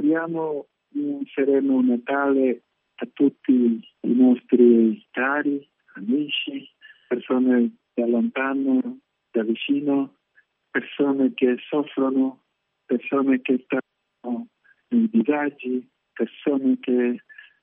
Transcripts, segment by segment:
auguriamo un sereno Natale a tutti i nostri cari, amici, persone da lontano, da vicino, persone che soffrono, persone che stanno nei disagi, persone che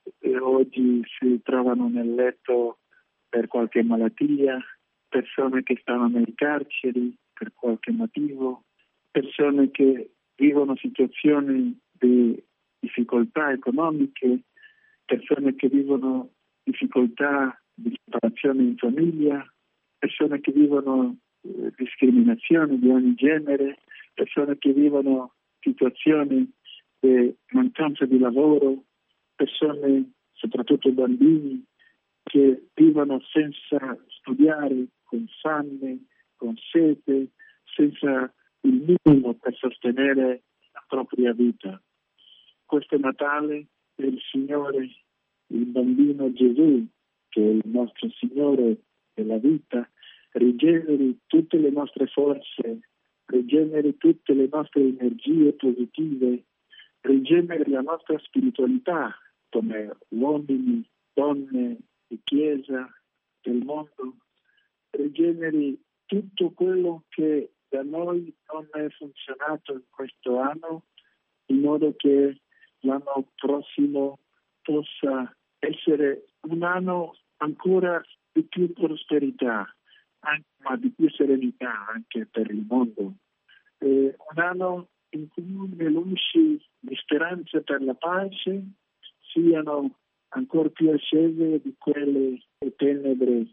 oggi si trovano nel letto per qualche malattia, persone che stanno nei carceri per qualche motivo, persone che vivono situazioni di difficoltà economiche, persone che vivono difficoltà di separazione in famiglia, persone che vivono discriminazioni di ogni genere, persone che vivono situazioni di mancanza di lavoro, persone, soprattutto bambini, che vivono senza studiare, con fame, con sete, senza il minimo per sostenere la propria vita. Questo Natale il Signore, il bambino Gesù, che è il nostro Signore della vita, rigeneri tutte le nostre forze, rigeneri tutte le nostre energie positive, rigeneri la nostra spiritualità come uomini, donne di Chiesa, del mondo, rigeneri tutto quello che da noi non è funzionato in questo anno, in modo che l'anno prossimo possa essere un anno ancora di più prosperità, ma di più serenità anche per il mondo. Un anno in cui le luci di speranza per la pace siano ancora più accese di quelle tenebre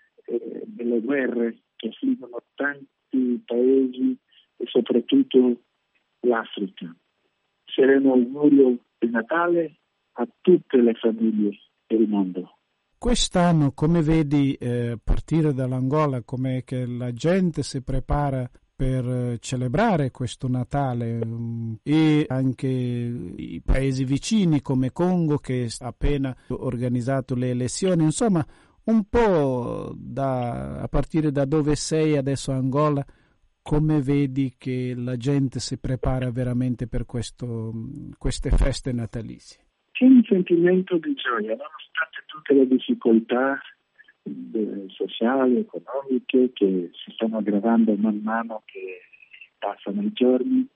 delle guerre che affliggono tanti paesi e soprattutto l'Africa. Sereno augurio di Natale a tutte le famiglie del mondo. Quest'anno, come vedi, partire dall'Angola, com'è che la gente si prepara per celebrare questo Natale, e anche i paesi vicini come Congo, che ha appena organizzato le elezioni, insomma un po' a partire da dove sei adesso, Angola, come vedi che la gente si prepara veramente per queste feste natalizie? C'è un sentimento di gioia, nonostante tutte le difficoltà sociali, economiche che si stanno aggravando man mano che passano i giorni,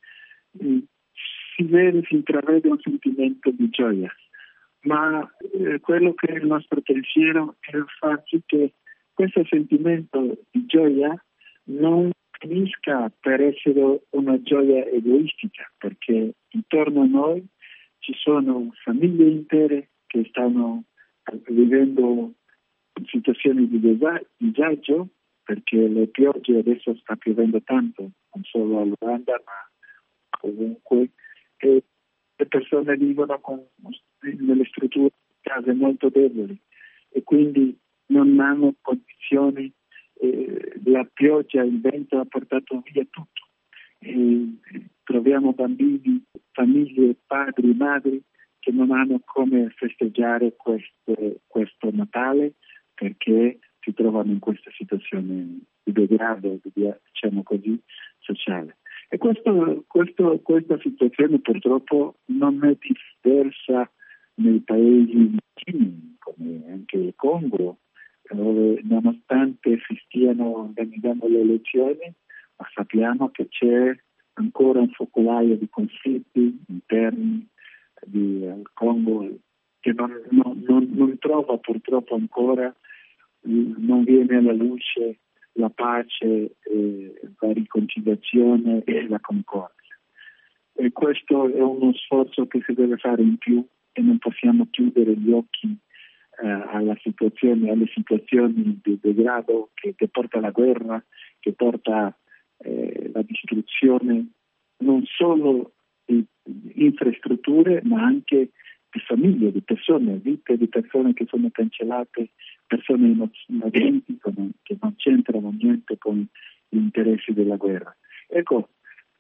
si intravede un sentimento di gioia. Ma quello che è il nostro pensiero è far sì che questo sentimento di gioia non finisca per essere una gioia egoistica, perché intorno a noi ci sono famiglie intere che stanno vivendo situazioni di disagio, perché le piogge adesso sta piovendo tanto, non solo all'Uganda ma ovunque, e le persone vivono nelle strutture case molto deboli e quindi non hanno condizioni, la pioggia, il vento ha portato via tutto. Troviamo bambini, famiglie, padri, madri che non hanno come festeggiare questo Natale perché si trovano in questa situazione di degrado, diciamo così, sociale. E questa situazione purtroppo non è diversa nei paesi vicini, come anche il Congo, dove nonostante si stiano organizzando le elezioni, ma sappiamo che c'è ancora un focolaio di conflitti interni al Congo che non trova purtroppo ancora, non viene alla luce la pace, la riconciliazione e la concordia. E questo è uno sforzo che si deve fare in più e non possiamo chiudere gli occhi alle situazioni di degrado che porta alla guerra, che porta la distruzione non solo di infrastrutture ma anche di famiglie, di persone, vite di persone che sono cancellate, persone innocenti che non c'entrano niente con gli interessi della guerra. Ecco,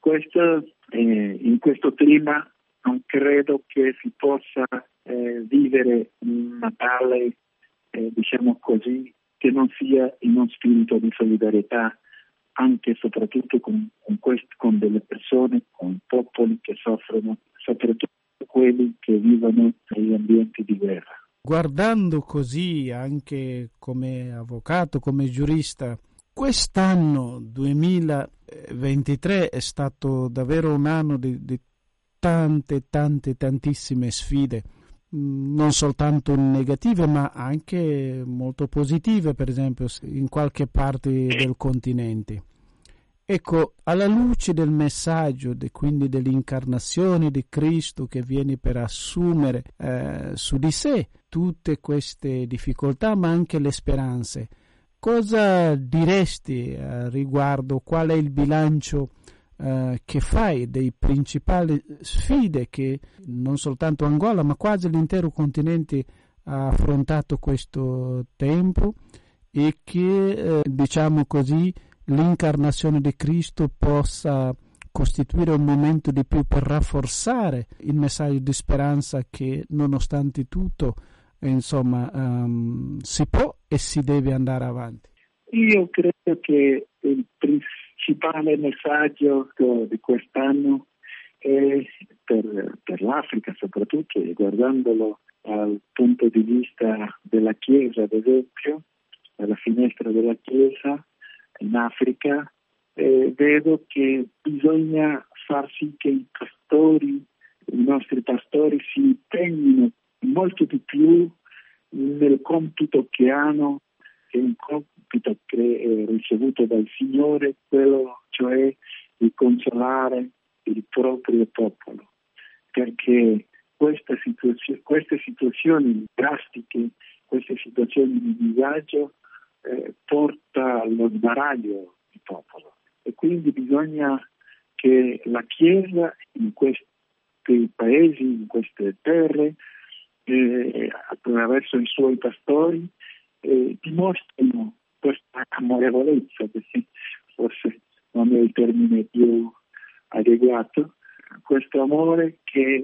in questo clima non credo che si possa vivere un Natale, diciamo così, che non sia in uno spirito di solidarietà, anche e soprattutto con delle persone, con popoli che soffrono, soprattutto quelli che vivono negli ambienti di guerra. Guardando così anche come avvocato, come giurista, quest'anno 2023 è stato davvero un anno di tantissime sfide, non soltanto negative ma anche molto positive, per esempio in qualche parte del continente. Ecco, alla luce del messaggio, quindi dell'incarnazione di Cristo che viene per assumere su di sé tutte queste difficoltà, ma anche le speranze, cosa diresti riguardo? Qual è il bilancio che fai dei principali sfide che non soltanto Angola, ma quasi l'intero continente ha affrontato questo tempo e che, diciamo così, l'incarnazione di Cristo possa costituire un momento di più per rafforzare il messaggio di speranza che nonostante tutto si può e si deve andare avanti. Io credo che il principale messaggio di quest'anno è per l'Africa soprattutto, e guardandolo dal punto di vista della Chiesa, ad esempio, dalla finestra della Chiesa, in Africa, vedo che bisogna far sì che i nostri pastori si impegnino molto di più nel compito che hanno, che è un compito ricevuto dal Signore, quello cioè di consolare il proprio popolo, perché queste situazioni drastiche, queste situazioni di disagio porta allo sbaraglio il popolo, e quindi bisogna che la Chiesa in questi paesi, in queste terre, attraverso i suoi pastori, dimostrino questa amorevolezza, che forse non è il termine più adeguato, questo amore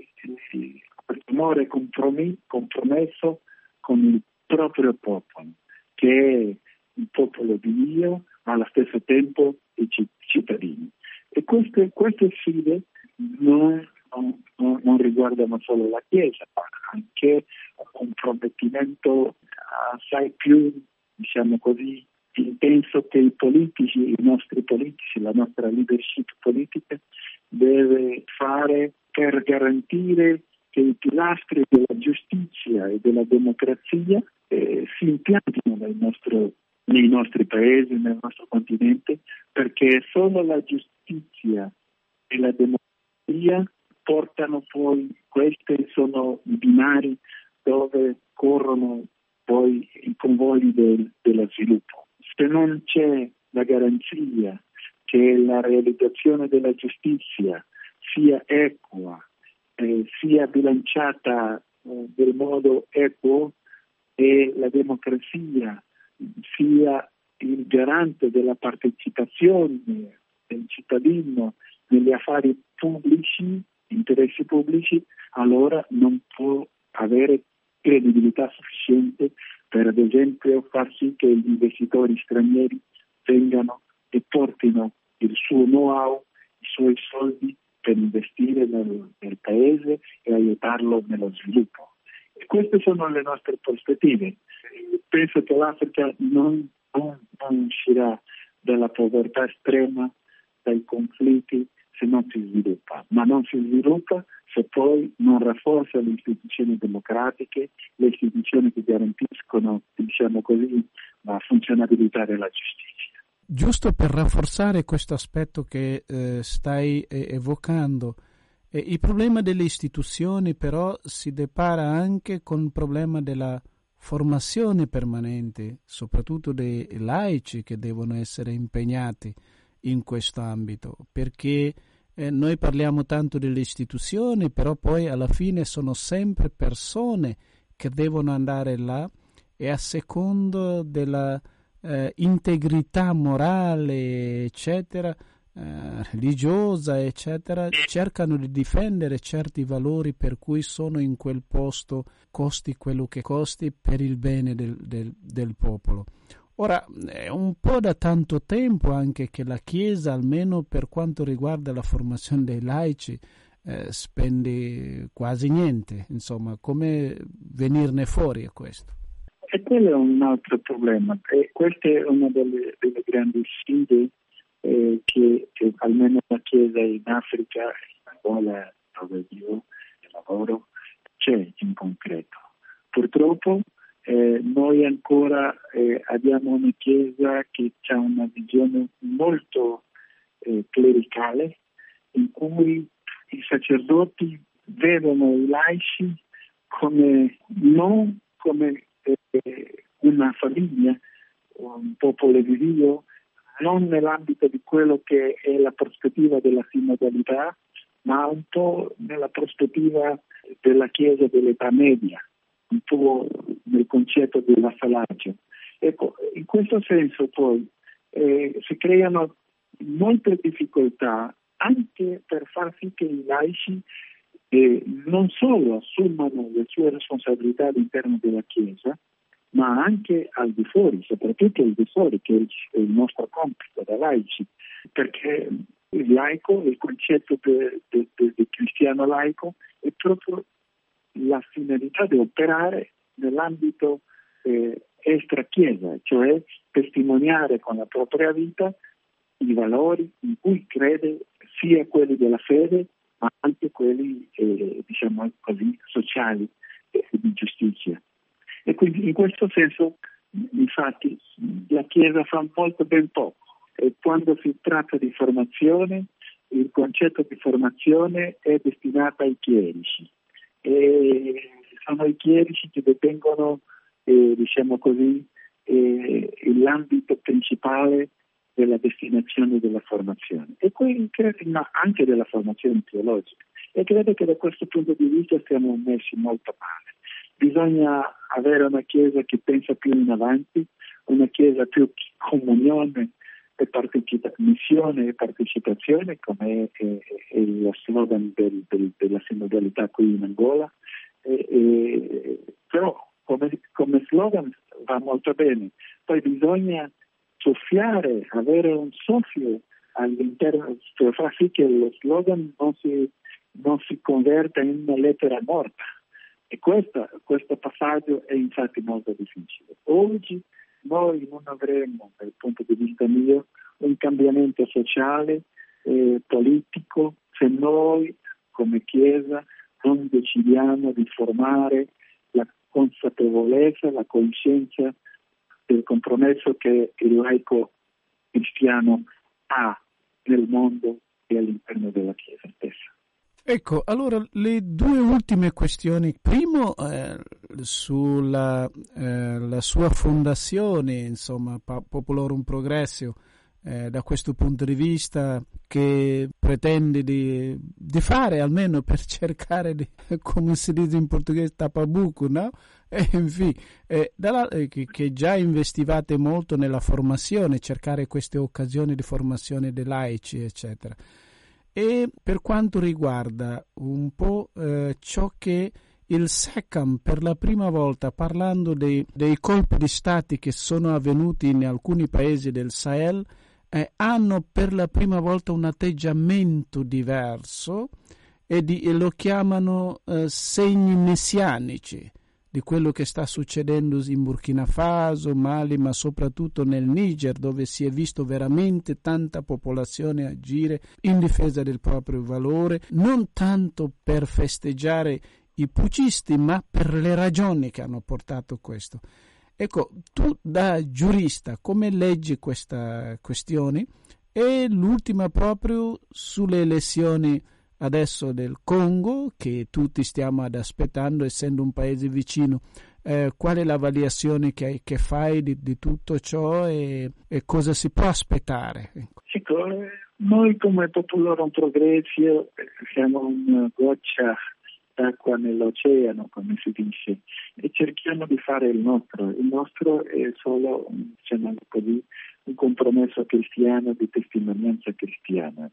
compromesso con il proprio popolo, che è il popolo di Dio, ma allo stesso tempo i cittadini. E queste sfide non riguardano solo la Chiesa, ma anche un compromettimento assai più, diciamo così, intenso che i nostri politici, la nostra leadership politica deve fare per garantire che i pilastri della giustizia e della democrazia si impiantino nei nostri paesi, nel nostro continente, perché solo la giustizia e la democrazia portano poi, questi sono i binari dove corrono poi i convogli dello sviluppo. Se non c'è la garanzia che la realizzazione della giustizia sia equa, sia bilanciata del modo equo, e la democrazia sia il garante della partecipazione del cittadino negli affari pubblici, interessi pubblici, allora non può avere credibilità sufficiente per, ad esempio, far sì che gli investitori stranieri vengano e portino il suo know-how, i suoi soldi per investire nel paese e aiutarlo nello sviluppo. E queste sono le nostre prospettive. Penso che l'Africa non uscirà dalla povertà estrema, dai conflitti, se non si sviluppa. Ma non si sviluppa se poi non rafforza le istituzioni democratiche, le istituzioni che garantiscono, diciamo così, la funzionabilità della giustizia. Giusto per rafforzare questo aspetto che stai evocando, il problema delle istituzioni però si depara anche con il problema della formazione permanente, soprattutto dei laici che devono essere impegnati in questo ambito, perché noi parliamo tanto delle istituzioni, però poi alla fine sono sempre persone che devono andare là e a secondo della integrità morale, eccetera, religiosa, eccetera, cercano di difendere certi valori per cui sono in quel posto, costi quello che costi, per il bene del popolo. Ora, è un po' da tanto tempo anche che la Chiesa, almeno per quanto riguarda la formazione dei laici, spendi quasi niente. Insomma, come venirne fuori a questo? E quello è un altro problema. E questa è una delle grandi sfide che almeno la Chiesa in Africa, in Angola, dove io lavoro, c'è in concreto. Purtroppo noi ancora abbiamo una Chiesa che ha una visione molto clericale, in cui i sacerdoti vedono i laici non come una famiglia, un popolo di Dio, non nell'ambito di quello che è la prospettiva della sinodalità, ma un po' nella prospettiva della Chiesa dell'età media, un po' nel concetto del vassallaggio. Ecco, in questo senso poi si creano molte difficoltà anche per far sì che i laici non solo assumano le sue responsabilità all'interno della Chiesa, ma anche al di fuori, soprattutto al di fuori, che è il nostro compito da laici, perché il laico, il concetto di cristiano laico, è proprio la finalità di operare nell'ambito extra Chiesa, cioè testimoniare con la propria vita i valori in cui crede, sia quelli della fede, ma anche quelli, diciamo così, sociali e di giustizia. E quindi in questo senso, infatti, la Chiesa fa molto ben poco. E quando si tratta di formazione, il concetto di formazione è destinato ai chierici. E sono i chierici che detengono, diciamo così, l'ambito principale della destinazione della formazione, e poi ma anche della formazione teologica. E credo che da questo punto di vista siamo messi molto male. Bisogna avere una Chiesa che pensa più in avanti, una Chiesa più comunione e missione e partecipazione, come è lo slogan della sinodalità qui in Angola. Però come slogan va molto bene. Poi bisogna soffiare, avere un soffio all'interno per far sì che lo slogan non si converta in una lettera morta. E questo passaggio è infatti molto difficile. Oggi noi non avremo, dal punto di vista mio, un cambiamento sociale, politico, se noi come Chiesa non decidiamo di formare la consapevolezza, la coscienza del compromesso che il laico cristiano ha nel mondo e all'interno della Chiesa stessa. Ecco, allora le due ultime questioni. Primo, sulla la sua fondazione, insomma, Populorum Progressio, da questo punto di vista, che pretende di fare, almeno per cercare di, come si dice in portoghese, tapabuco, no? E infine, che già investivate molto nella formazione, cercare queste occasioni di formazione dei laici, eccetera. E per quanto riguarda un po' ciò che il SECAM per la prima volta, parlando dei colpi di stati che sono avvenuti in alcuni paesi del Sahel, hanno per la prima volta un atteggiamento diverso e lo chiamano segni messianici di quello che sta succedendo in Burkina Faso, Mali, ma soprattutto nel Niger, dove si è visto veramente tanta popolazione agire in difesa del proprio valore, non tanto per festeggiare i pucisti, ma per le ragioni che hanno portato questo. Ecco, tu da giurista come leggi questa questione? E l'ultima proprio sulle elezioni adesso del Congo, che tutti stiamo ad aspettando, essendo un paese vicino. Qual è la valutazione che fai di tutto ciò e cosa si può aspettare? Ecco, noi come Populorum Progressio siamo una goccia d'acqua nell'oceano, come si dice, e cerchiamo di fare il nostro. Il nostro è solo, diciamo così, un compromesso cristiano di testimonianza cristiana.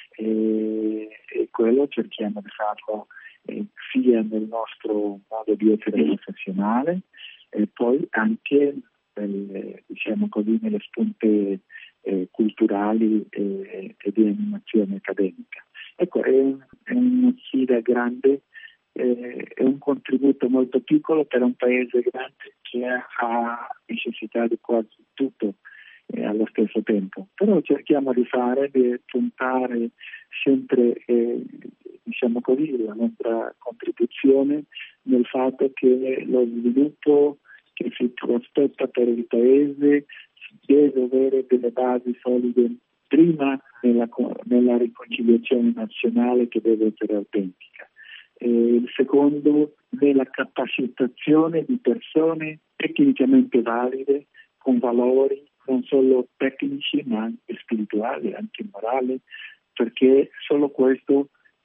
E quello cerchiamo di farlo sia nel nostro modo di essere professionale e poi anche diciamo così, nelle spunte culturali e di animazione accademica. Ecco, è una sfida grande, è un contributo molto piccolo per un paese grande che ha necessità di quasi tutto allo stesso tempo. Però cerchiamo di puntare sempre, diciamo così, la nostra contribuzione nel fatto che lo sviluppo che si prospetta per il paese deve avere delle basi solide, prima nella riconciliazione nazionale, che deve essere autentica, il secondo nella capacitazione di persone tecnicamente valide, con valori non solo tecnici ma anche spirituali, anche morali, perché solo questo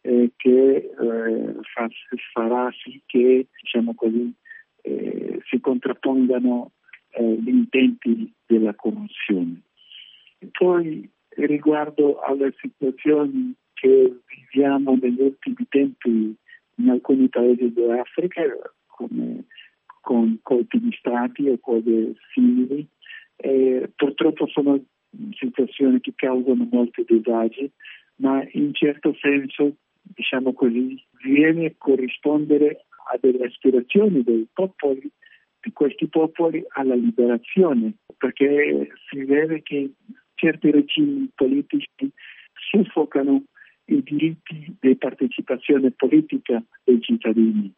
farà sì che, diciamo così, si contrappongano gli intenti della corruzione. E poi, riguardo alle situazioni che viviamo negli ultimi tempi in alcuni paesi dell'Africa, come con colpi di stati o cose simili, purtroppo sono situazioni che causano molti disagi, ma in certo senso, diciamo così, viene a corrispondere a delle aspirazioni dei popoli, di questi popoli, alla liberazione, perché si vede che certi regimi politici soffocano i diritti di partecipazione politica dei cittadini,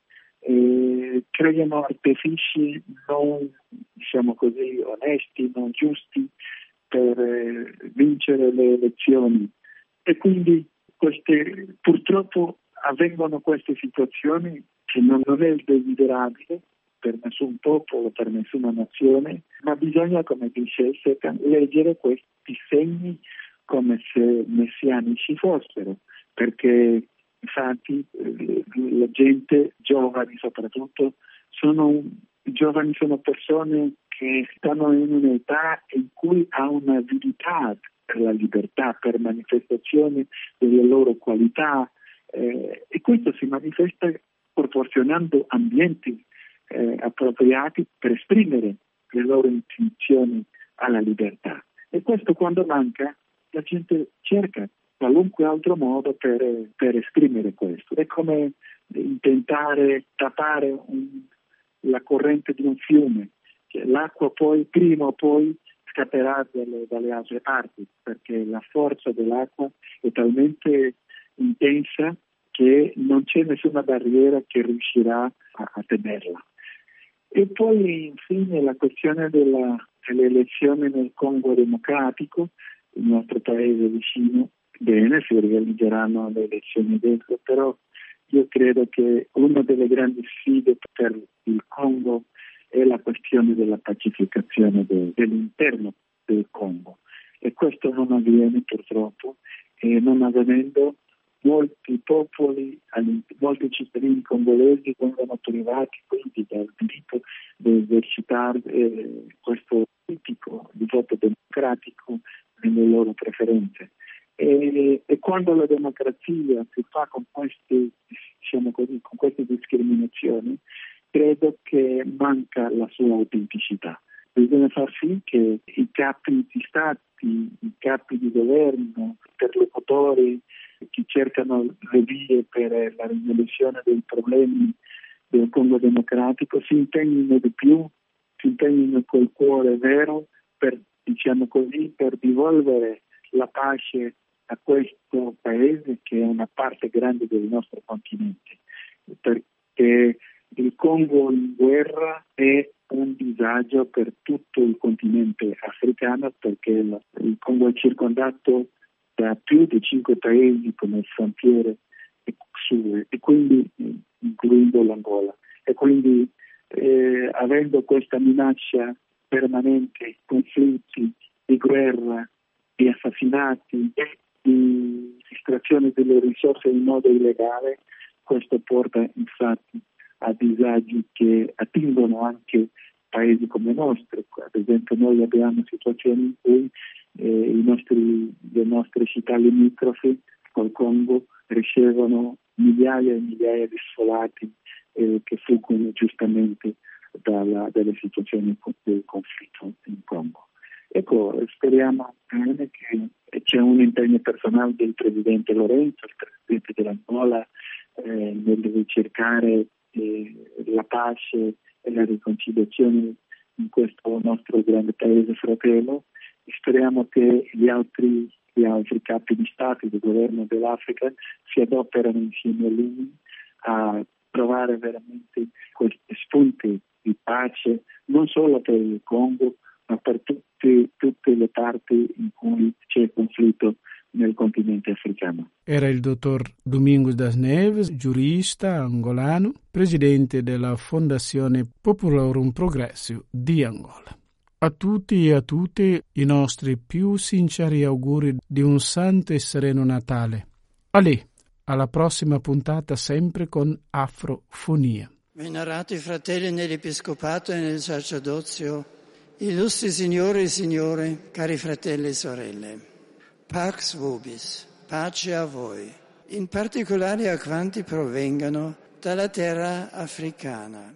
creano artifici non, diciamo così, onesti, non giusti per vincere le elezioni, e quindi purtroppo avvengono queste situazioni che non è il desiderabile per nessun popolo, per nessuna nazione, ma bisogna, come dice il Secan, leggere questi segni come se messianici fossero, perché infatti la gente, giovani soprattutto, i giovani sono persone che stanno in un'età in cui ha un'avidità per la libertà, per manifestazione delle loro qualità, e questo si manifesta proporzionando ambienti appropriati per esprimere le loro intenzioni alla libertà. E questo, quando manca, la gente cerca qualunque altro modo per esprimere questo. È come intentare tappare la corrente di un fiume, che l'acqua poi, prima o poi, scapperà dalle altre parti, perché la forza dell'acqua è talmente intensa che non c'è nessuna barriera che riuscirà a tenerla. E poi infine la questione delle elezioni nel Congo democratico, il nostro paese vicino. Bene, si organizzeranno le elezioni adesso, però io credo che una delle grandi sfide per il Congo è la questione della pacificazione dell'interno del Congo, e questo non avviene purtroppo, e non avvenendo, molti popoli, molti cittadini congolesi vengono privati quindi dal diritto di esercitare questo tipico di voto democratico nelle loro preferenze. E quando la democrazia si fa con queste, diciamo così, con queste discriminazioni, credo che manca la sua autenticità. Bisogna far sì che i capi di Stati, i capi di governo, i interlocutori che cercano le vie per la risoluzione dei problemi del Congo democratico si impegnino di più, si impegnino col cuore vero per, diciamo così, per devolvere la pace a questo paese che è una parte grande del nostro continente, perché il Congo in guerra è un disagio per tutto il continente africano, perché il Congo è circondato da più di 5 paesi come frontiere sue, e quindi includendo l'Angola. E quindi avendo questa minaccia permanente, conflitti, di guerra, di assassinati, di distrazione delle risorse in modo illegale, questo porta infatti a disagi che attingono anche paesi come il nostro. Ad esempio noi abbiamo situazioni in cui le nostre città limitrofe col Congo ricevono migliaia e migliaia di sfolati che fuggono giustamente dalle situazioni del conflitto in Congo. Ecco, speriamo bene che c'è un impegno personale del Presidente Lorenzo, il Presidente dell'Angola, nel ricercare la pace e la riconciliazione in questo nostro grande paese fratello. Speriamo che gli altri capi di Stato e di governo dell'Africa si adoperano insieme a lui a trovare veramente questi spunti di pace, non solo per il Congo, ma per tutte le parti in cui c'è conflitto nel continente africano. Era il dottor Domingos das Neves, giurista angolano, presidente della Fondazione Popularum Progressio di Angola. A tutti e a tutte i nostri più sinceri auguri di un santo e sereno Natale. Alla prossima puntata sempre con Afrofonia. Venerati fratelli nell'Episcopato e nel sacerdozio, illustri signori e signore, cari fratelli e sorelle, Pax vobis, pace a voi, in particolare a quanti provengano dalla terra africana.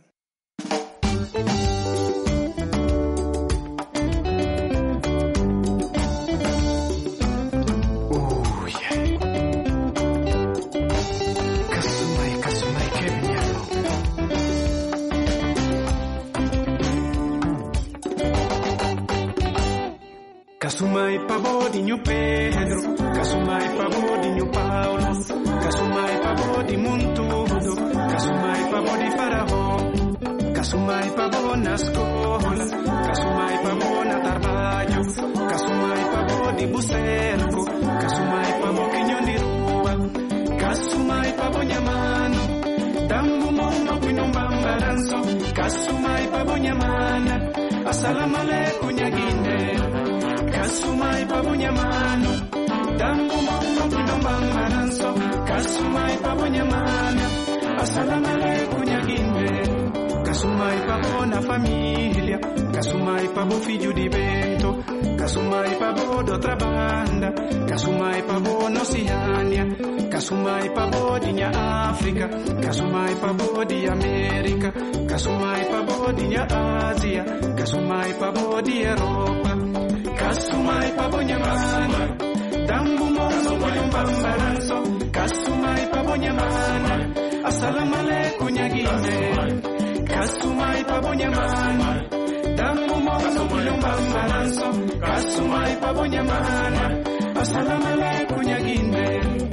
Casumai pavo di New Pedro, casumai pavo di New Paulo, casumai pavo di Montudo, casumai pavo di Faraó, casumai pavo na scola, casumai pavo na trabalho, casumai pavo di Bucerco, casumai pavo quinhão de rua, casumai pavo nyamano, dambu mono quinhão bambaranço, casumai pavo nyamana, assalamu alaikum nyagine. Kasumai pabunyamano, dambu mono kunombangaranso. Kasumai pabunyamana, assalamu alaikum nyaginde. Kasumai pabo na família, kasumai pabo filho de vento, kasumai pabo de outra banda, kasumai pabo na Oceania, kasumai pabo de África, kasumai pabo de América, kasumai pabo de Ásia, kasumai pabo de Europa. Kasumai pabonyamana, dambu mono kunyumbaranso. Kasumai pabonyamana, assalamu alaikum nyagine. Kasumai pabonyamana, dambu mono kunyumbaranso. Kasumai pabonyamana, assalamu alaikum nyagine.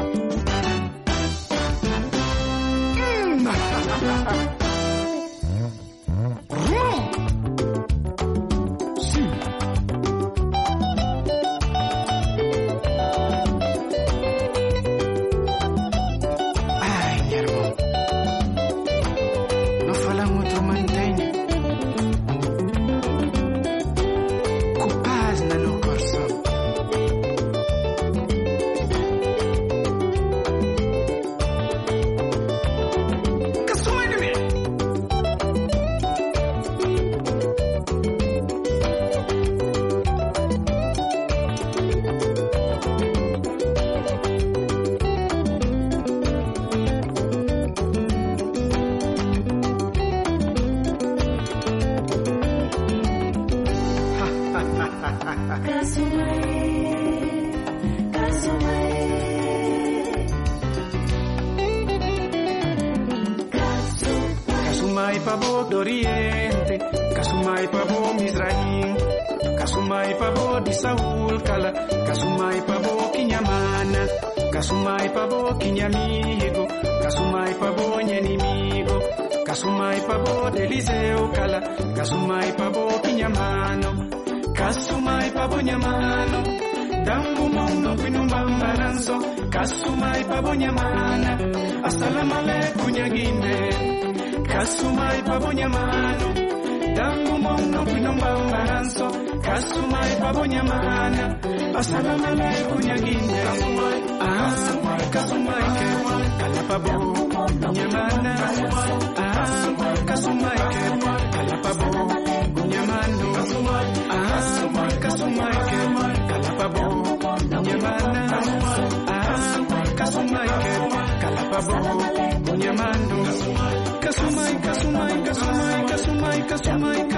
Kasumai pabo d'Oriente, kasumai pabo Mizraim, kasumai pabo di Saul Kala, kasumai pabo Kinyamana, kasumai pabo Kinyamigo, kasumai pabo Nyenimigo, kasumai pabo d'Eliseu Kala, kasumai pabo Kinyamano, kasumai pabo Nyamano, dambu mondo pinumbambaranso, kasumai pabo Nyamana, assalamu alaikum nyagine. Kasumai pabonyamano, dambu mono pinumbambaranso. Kasumai pabonyamana, assalamu alaikum nyagine. Kasumai ke kalapabo nyamana. Kasumai ke kalapabo nyamano. Kasumai ke kalapabo nyamana. Kasumai ke kalapabo nyamano. Kasumai, kasumai, kasumai, kasumai, kasumai.